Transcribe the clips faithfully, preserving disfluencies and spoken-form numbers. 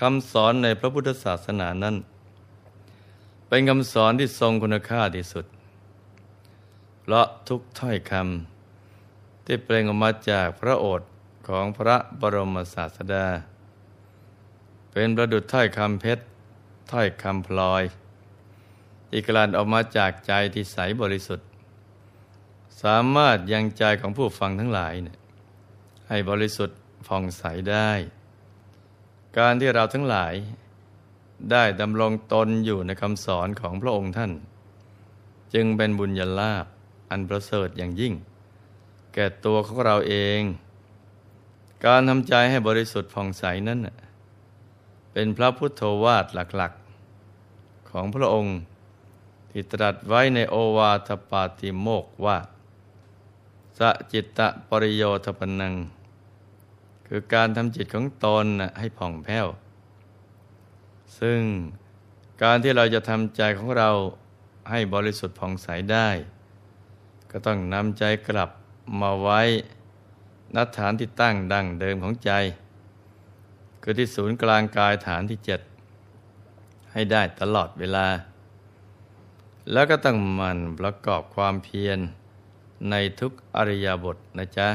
ำสอนในพระพุทธศาสนานั้นเป็นคำสอนที่ทรงคุณค่าที่สุดเพราะทุกถ้อยคำที่เปล่งออกมาจากพระโอษฐ์ของพระบรมศาสดาเป็นประดุจถ้อยคำเพชรถ้อยคำพลอยที่กลั่นออกมาจากใจที่ใสบริสุทธิ์สามารถยังใจของผู้ฟังทั้งหลายเนี่ยให้บริสุทธิ์ผ่องใสได้การที่เราทั้งหลายได้ดำรงตนอยู่ในคำสอนของพระองค์ท่านจึงเป็นบุญญาลาภอันประเสริฐอย่างยิ่งแก่ตัวของเราเองการทำใจให้บริสุทธิ์ผ่องใสนั้นเป็นพระพุทธโธวาทหลักๆของพระองค์ที่ตรัสไว้ในโอวาทปาติโมกข์ว่าสจิตตปริโยทปนังคือการทำจิตของตนให้ผ่องแผ้วซึ่งการที่เราจะทำใจของเราให้บริสุทธิ์ผ่องใสได้ก็ต้องนำใจกลับมาไว้ณฐานที่ตั้งดั้งเดิมของใจคือที่ศูนย์กลางกายฐานที่เจ็ดให้ได้ตลอดเวลาแล้วก็ต้องหมั่นประกอบความเพียรในทุกอริยบทนะจ๊ะ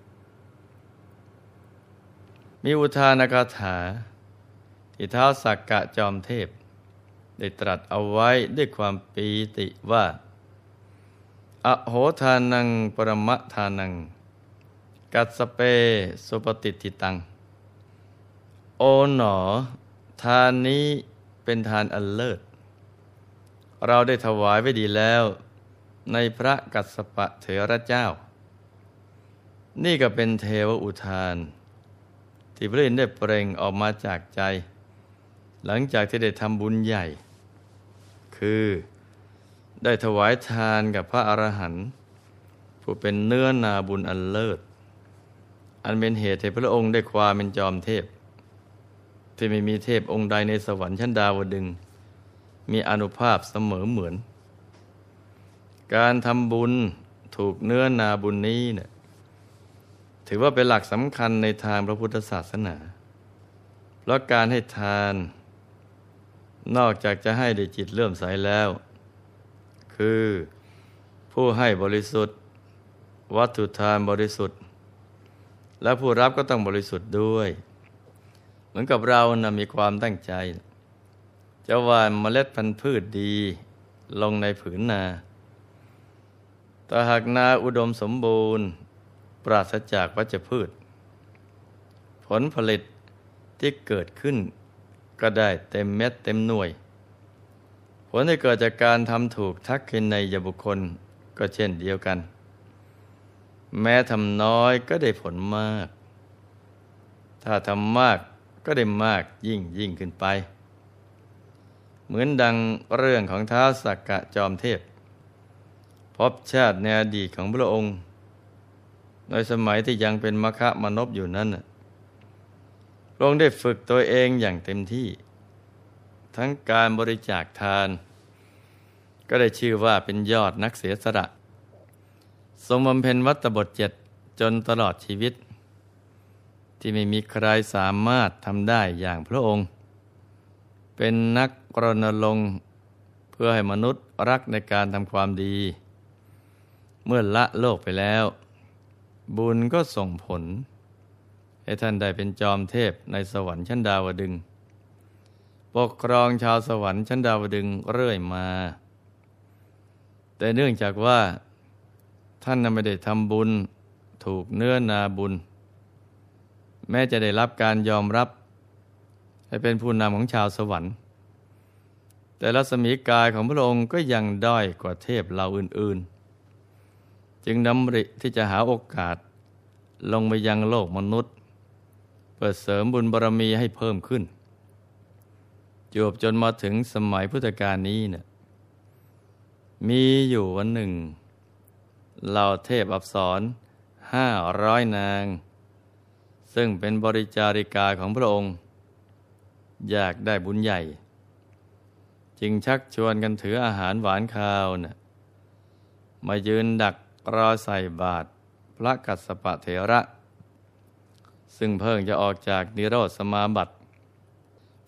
มีอุทานคาถาที่ท้าวสักกะจอมเทพได้ตรัสเอาไว้ด้วยความปีติว่าอโหทานังปรมทานังกัสสเปสุปฏิทิตังโอ๋หนอทานนี้เป็นทานอันเลิศเราได้ถวายไว้ดีแล้วในพระกัสสปะเถระเจ้านี่ก็เป็นเทวอุทานที่พระอินทร์ได้เปล่งออกมาจากใจหลังจากที่ได้ทำบุญใหญ่คือได้ถวายทานกับพระอรหันต์ผู้เป็นเนื้อนาบุญอันเลิศอันเป็นเหตุให้พระองค์ได้ความเป็นจอมเทพที่ไม่มีเทพองค์ใดในสวรรค์ชั้นดาวดึงส์มีอานุภาพเสมอเหมือนการทำบุญถูกเนื้อนาบุญนี้เนี่ยถือว่าเป็นหลักสำคัญในทางพระพุทธศาสนาเพราะการให้ทานนอกจากจะให้ด้วยจิตเลื่อมใสแล้วคือผู้ให้บริสุทธิ์วัตถุทานบริสุทธิ์และผู้รับก็ต้องบริสุทธิ์ด้วยเหมือนกับเรานะมีความตั้งใจจะหว่านเมล็ดพันธุ์พืชดีลงในผืนนาแต่หากนาอุดมสมบูรณ์ปราศจากวัชพืชผลผลิตที่เกิดขึ้นก็ได้เต็มเม็ดเต็มหน่วยผลที่เกิดจากการทำถูกทักษิณัยบุคคลก็เช่นเดียวกันแม้ทำน้อยก็ได้ผลมากถ้าทำมากก็ได้มากยิ่งยิ่งขึ้นไปเหมือนดังเรื่องของท้าวสักกะจอมเทพพบชาติในอดีตของพระองค์ในสมัยที่ยังเป็นมคมนพอยู่นั้นพระองค์ได้ฝึกตัวเองอย่างเต็มที่ทั้งการบริจาคทานก็ได้ชื่อว่าเป็นยอดนักเสียสละทรงบำเพ็ญวัตรบทเจ็ดจนตลอดชีวิตที่ไม่มีใครสามารถทำได้อย่างพระองค์เป็นนักรณรงค์เพื่อให้มนุษย์รักในการทำความดีเมื่อละโลกไปแล้วบุญก็ส่งผลให้ท่านได้เป็นจอมเทพในสวรรค์ชั้นดาวดึงส์ปกครองชาวสวรรค์ชั้นดาวดึงส์เรื่อยมาแต่เนื่องจากว่าท่านนั้นไม่ได้ทำบุญถูกเนื้อนาบุญแม้จะได้รับการยอมรับให้เป็นผู้นำของชาวสวรรค์แต่รัศมีกายของพระองค์ก็ยังด้อยกว่าเทพเหล่าอื่นๆจึงดำริที่จะหาโอกาสลงไปยังโลกมนุษย์เพื่อเสริมบุญบารมีให้เพิ่มขึ้นจวบจนมาถึงสมัยพุทธกาลนี้เนี่ยมีอยู่วันหนึ่งเหล่าเทพอัปสรห้าร้อยนางซึ่งเป็นบริจาริกาของพระองค์อยากได้บุญใหญ่จึงชักชวนกันถืออาหารหวานคาวน่ะมายืนดักรอใส่บาตรพระกัสสปะเถระซึ่งเพิ่งจะออกจากนิโรธสมาบัติพ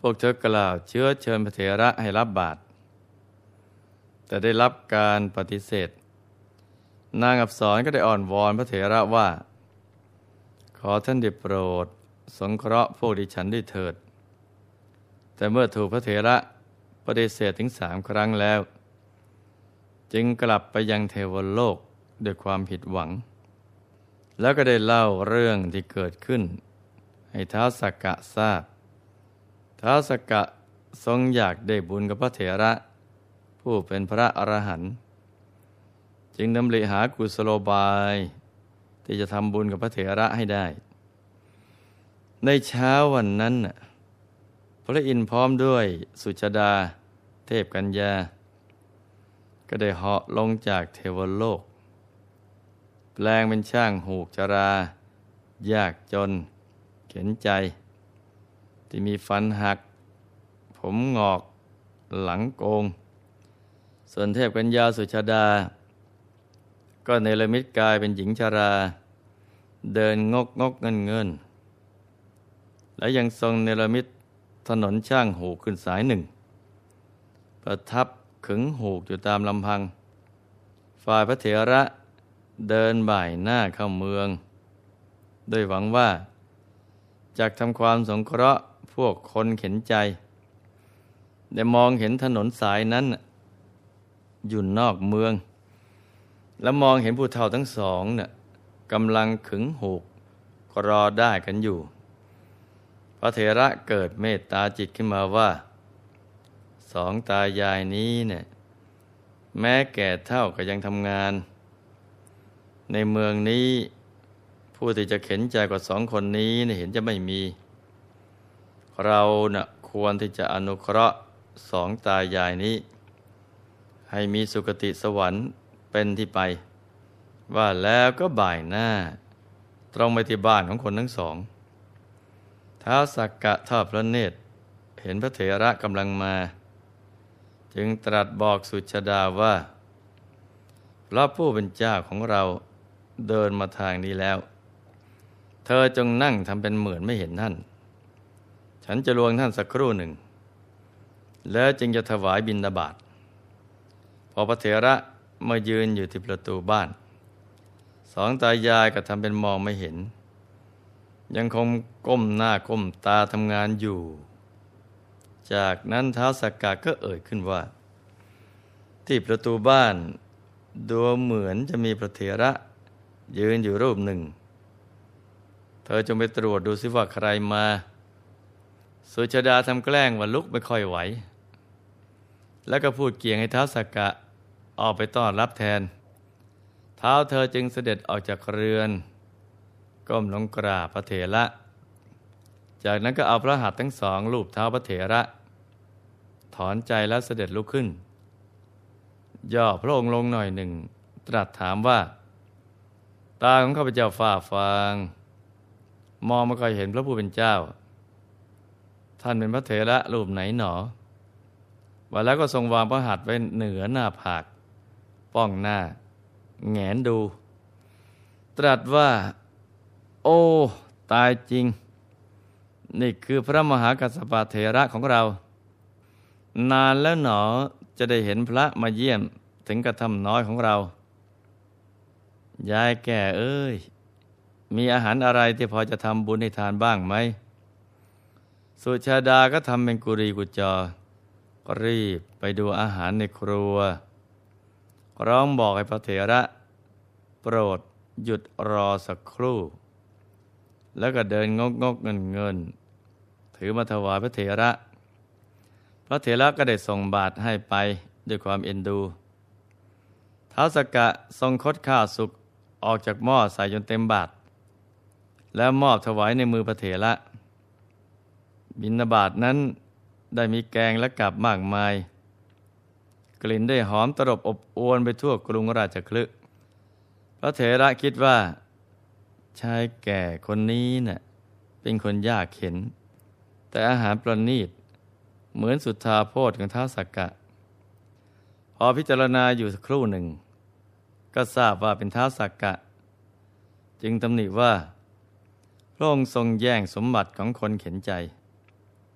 วกเธอกล่าวเชื้อเชิญพระเถระให้รับบาตรแต่ได้รับการปฏิเสธนางอับสรก็ได้อ่อนวอนพระเถระว่าขอท่านได้โปรดสงเคราะห์พวกดิฉันด้วยเถิดแต่เมื่อถูกพระเถระปฏิเสธถึงสามครั้งแล้วจึงกลับไปยังเทวโลกด้วยความผิดหวังแล้วก็ได้เล่าเรื่องที่เกิดขึ้นให้ท้าวสักกะทราบท้าวสักกะทรงอยากได้บุญกับพระเถระผู้เป็นพระอรหันต์จึงดำริหากุศโลบายที่จะทำบุญกับพระเถระให้ได้ในเช้าวันนั้นพระอินทร์พร้อมด้วยสุชฎาเทพกัญญาก็ได้เหาะลงจากเทวโลกแปลงเป็นช่างหูกจรายากจนเข็นใจที่มีฟันหักผมงอกหลังโกงส่วนเทพกัญญาสุชฎาก็เนรมิตกายเป็นหญิงชราเดินงกงกเงินเงินและยังทรงเนรมิตถนนช่างหูกขึ้นสายหนึ่งประทับขึงหูกอยู่ตามลำพังฝ่ายพระเถระเดินบ่ายหน้าเข้าเมืองโดยหวังว่าจากทำความสงเคราะห์พวกคนเข็นใจได้มองเห็นถนนสายนั้นอยู่นอกเมืองและมองเห็นผู้เฒ่าทั้งสองน่ะกำลังขึงหูกรอได้กันอยู่พระเถระเกิดเมตตาจิตขึ้นมาว่าสองตายายนี้เนี่ยแม้แก่เฒ่าก็ยังทำงานในเมืองนี้ผู้ที่จะเข็นใจกว่าสองคนนี้เนี่ยเห็นจะไม่มีเราน่ะควรที่จะอนุเคราะห์สองตายายนี้ให้มีสุคติสวรรค์เป็นที่ไปว่าแล้วก็บ่ายหน้าตรงไปที่บ้านของคนทั้งสองท้าวสักกะทอดพระเนตรเห็นพระเถระกำลังมาจึงตรัสบอกสุชฎาว่าพระผู้เป็นเจ้าของเราเดินมาทางนี้แล้วเธอจงนั่งทำเป็นเหมือนไม่เห็นท่านฉันจะลวงท่านสักครู่หนึ่งแล้วจึงจะถวายบิณฑบาตพอพระเถระมายืนอยู่ที่ประตูบ้านสองตายายก็ทำเป็นมองไม่เห็นยังคงก้มหน้าก้มตาทำงานอยู่จากนั้นท้าวสักกะก็เอ่ยขึ้นว่าที่ประตูบ้านดูเหมือนจะมีพระเถระยืนอยู่รูปหนึ่งเธอจงไปตรวจดูสิว่าใครมาสุชฎาทำแกล้งว่าลุกไม่ค่อยไหวแล้วก็พูดเกี่ยงให้ท้าวสักกะออกไปต้อนรับแทนเท้าเธอจึงเสด็จออกจากเรือนก้มลงกราบพระเถระจากนั้นก็เอาพระหัตถ์ทั้งสองลูบเท้าพระเถระถอนใจแล้วเสด็จลุกขึ้นย่อพระองค์ลงหน่อยหนึ่งตรัสถามว่าตาของข้าพเจ้าฝ้าฟางมองไม่ค่อยเห็นพระผู้เป็นเจ้าท่านเป็นพระเถระรูปไหนหนอว่าแล้วก็ทรงวางพระหัตถ์ไว้เหนือหน้าผากป้องหน้าแงนดูตรัสว่าโอ้ตายจริงนี่คือพระมหากัสสปะเถระของเรานานแล้วหนอจะได้เห็นพระมาเยี่ยมถึงกระท่อมน้อยของเรายายแก่เอ้ยมีอาหารอะไรที่พอจะทำบุญให้ทานบ้างไหมสุชาดาก็ทำเป็นกุรีกุจอก็รีบไปดูอาหารในครัวร้องบอกให้พระเถระโปรดหยุดรอสักครู่แล้วก็เดินงกงกเงินเงินถือมาถวายพระเถระพระเถระก็ได้ส่งบาตรให้ไปด้วยความเอ็นดูท้าวสักกะทรงคดข้าวสุกออกจากหม้อใส่จนเต็มบาตรแล้วมอบถวายในมือพระเถระบิณฑบาตนั้นได้มีแกงและกับมากมายกลิ่นได้หอมตลบอบอวนไปทั่วกรุงราชคฤห์พระเถระคิดว่าชายแก่คนนี้น่ะเป็นคนยากเข็นแต่อาหารประณีตเหมือนสุทธาโพธิ์ของท้าวสักกะพอพิจารณาอยู่สักครู่หนึ่งก็ทราบว่าเป็นท้าวสักกะจึงตำหนิว่าพระองค์ทรงแย่งสมบัติของคนเข็นใจ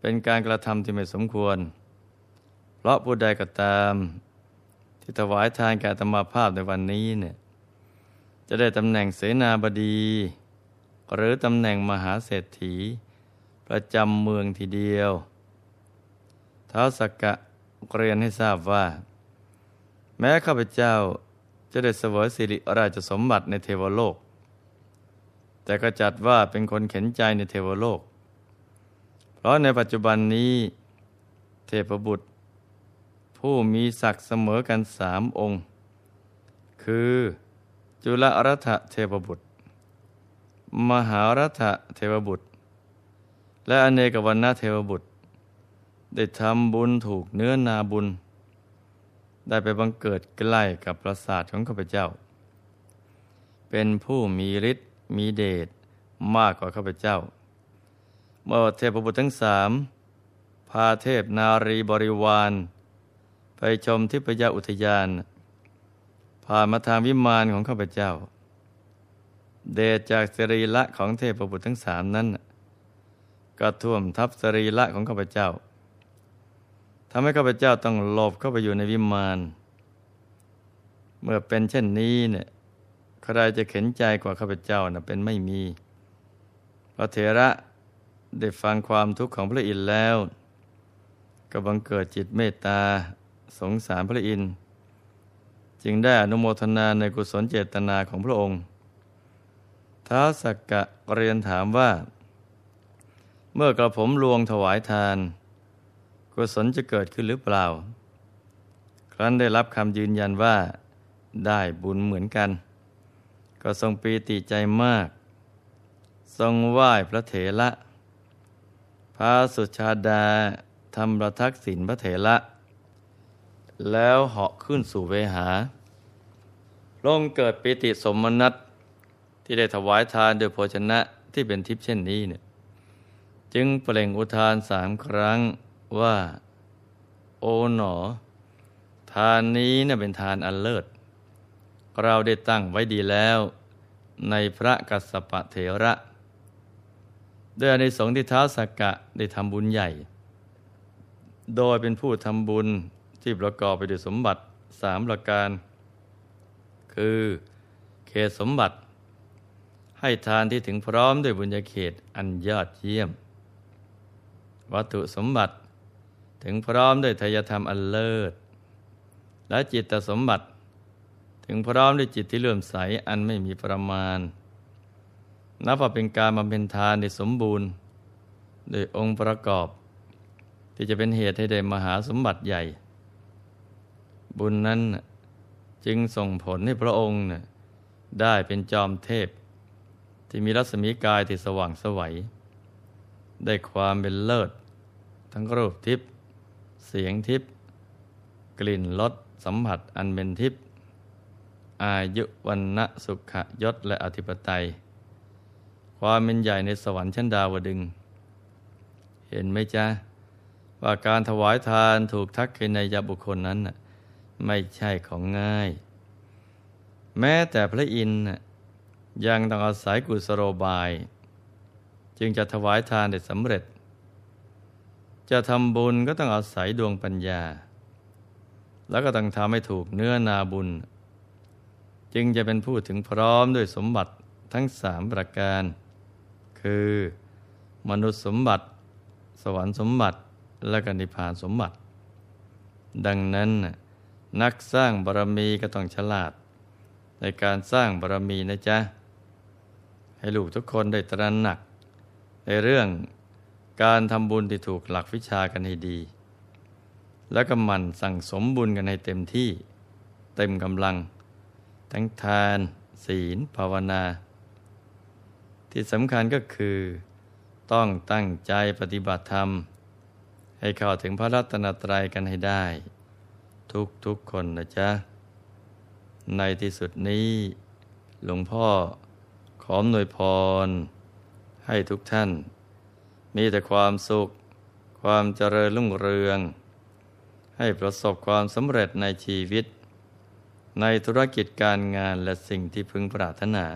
เป็นการกระทำที่ไม่สมควรเพราะผู้ใดก็ตามที่ถวายทานแก่อาตมาภาพในวันนี้เนี่ยจะได้ตำแหน่งเสนาบดีหรือตำแหน่งมหาเศรษฐีประจำเมืองทีเดียวท้าวสักกะเรียนให้ทราบว่าแม้ข้าพเจ้าจะได้เสวยสิริราชสมบัติในเทวโลกแต่ก็จัดว่าเป็นคนเข็นใจในเทวโลกเพราะในปัจจุบันนี้เทพบุตรผู้มีศักดิ์เสมอกันสามองค์คือจุลรัฐเทพบุตรมหารัฐเทวบุตรและอเนกวรรณเทวบุตรได้ทำบุญถูกเนื้อนาบุญได้ไปบังเกิดใกล้กับปราสาทของข้าพเจ้าเป็นผู้มีฤทธิ์มีเดชมากกว่าข้าพเจ้าเมื่อเทพบุตรทั้งสามพาเทพนารีบริวารไปชมทิพยอุทยานผ่านมาทางวิมานของข้าพเจ้าเดชจากสรีระของเทพบุตรทั้งสามนั้นก็ท่วมทับสรีระของข้าพเจ้าทำให้ข้าพเจ้าต้องหลบเข้าไปอยู่ในวิมานเมื่อเป็นเช่นนี้เนี่ยใครจะเข็นใจกว่าข้าพเจ้านะเป็นไม่มีพระเถระได้ฟังความทุกข์ของพระอินทร์แล้วก็บังเกิดจิตเมตตาสงสารพระอินทร์จึงได้อนุโมทนาในกุศลเจตนาของพระองค์ท้าวสักกะเรียนถามว่าเมื่อกระผมลวงถวายทานกุศลจะเกิดขึ้นหรือเปล่าครั้นได้รับคำยืนยันว่าได้บุญเหมือนกันก็ทรงปีติใจมากทรงไหว้พระเถระพระสุชาดาทำประทักษิณพระเถระแล้วเหาะขึ้นสู่เวหาลงเกิดปีติสมนัสที่ได้ถวายทานโดยโภชนะที่เป็นทิพย์เช่นนี้เนี่ยจึงเปล่งอุทานสามครั้งว่าโอ๋หนอทานนี้เนี่ยเป็นทานอันเลิศเราได้ตั้งไว้ดีแล้วในพระกัสสปะเถระด้วยอานิสงส์ที่ท้าวสักกะได้ทำบุญใหญ่โดยเป็นผู้ทำบุญที่ประกอบไปด้วยสมบัติสามประการคือเขตสมบัติให้ทานที่ถึงพร้อมด้วยบุญญาเขตอันยอดเยี่ยมวัตถุสมบัติถึงพร้อมด้วยไทยธรรมอันเลิศและจิตสมบัติถึงพร้อมด้วยจิตที่เลื่อมใสอันไม่มีประมาณนับว่าเป็นการบำเพ็ญทานที่สมบูรณ์โดยองค์ประกอบที่จะเป็นเหตุให้ได้มหาสมบัติใหญ่บุญนั้นจึงส่งผลให้พระองค์ได้เป็นจอมเทพที่มีรัศมีกายที่สว่างไสวได้ความเป็นเลิศทั้งรูปทิพย์เสียงทิพย์กลิ่นรสสัมผัสอันเป็นทิพย์อายุวันนะสุขยศและอธิปไตยความเป็นใหญ่ในสวรรค์ชั้นดาวดึงส์เห็นไหมจ๊ะว่าการถวายทานถูกทักษิณัยบุคคลนั้นไม่ใช่ของง่ายแม้แต่พระอินทร์ยังต้องอาศัยกุศโลบายจึงจะถวายทานได้สำเร็จจะทำบุญก็ต้องอาศัยดวงปัญญาแล้วก็ต้องทำให้ถูกเนื้อนาบุญจึงจะเป็นผู้ถึงพร้อมด้วยสมบัติทั้งสามประการคือมนุษย์สมบัติสวรรค์สมบัติและก็นิพพานสมบัติดังนั้นนักสร้างบารมีก็ต้องฉลาดในการสร้างบารมีนะจ๊ะให้ลูกทุกคนได้ตระหนักในเรื่องการทำบุญที่ถูกหลักวิชากันให้ดีแล้วก็หมั่นสั่งสมบุญกันให้เต็มที่เต็มกำลังทั้งทานศีลภาวนาที่สำคัญก็คือต้องตั้งใจปฏิบัติธรรมให้เข้าถึงพระรัตนตรัยกันให้ได้ทุกๆคนนะจ๊ะในที่สุดนี้หลวงพ่อขออำนวยพรให้ทุกท่านมีแต่ความสุขความเจริญรุ่งเรืองให้ประสบความสำเร็จในชีวิตในธุรกิจการงานและสิ่งที่พึงปรารถนา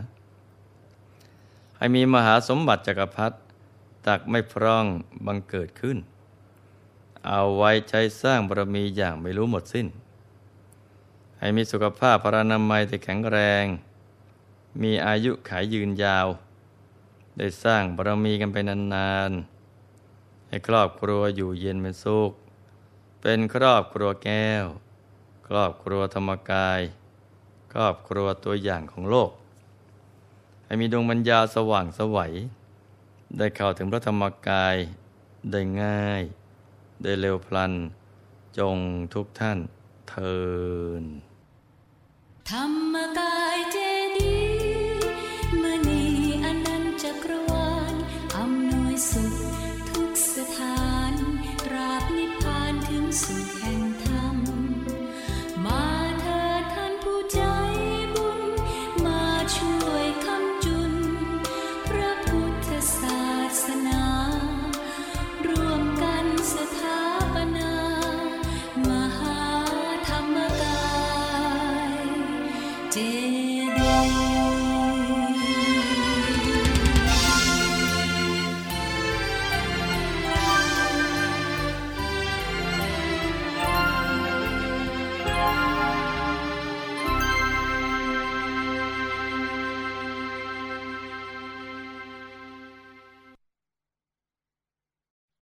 ให้มีมหาสมบัติจักรพรรดิตักไม่พร่องบังเกิดขึ้นเอาไว้ใช้สร้างบารมีอย่างไม่รู้หมดสิ้นให้มีสุขภาพพรรณนามัยที่แข็งแรงมีอายุขัยยืนยาวได้สร้างบารมีกันไปนานๆให้ครอบครัวอยู่เย็นเป็นสุขเป็นครอบครัวแก้วครอบครัวธรรมกายครอบครัวตัวอย่างของโลกให้มีดวงปัญญาสว่างไสวได้เข้าถึงพระธรรมกายได้ง่ายได้เร็วพลันจงทุกท่านเทินธรรมกายเจ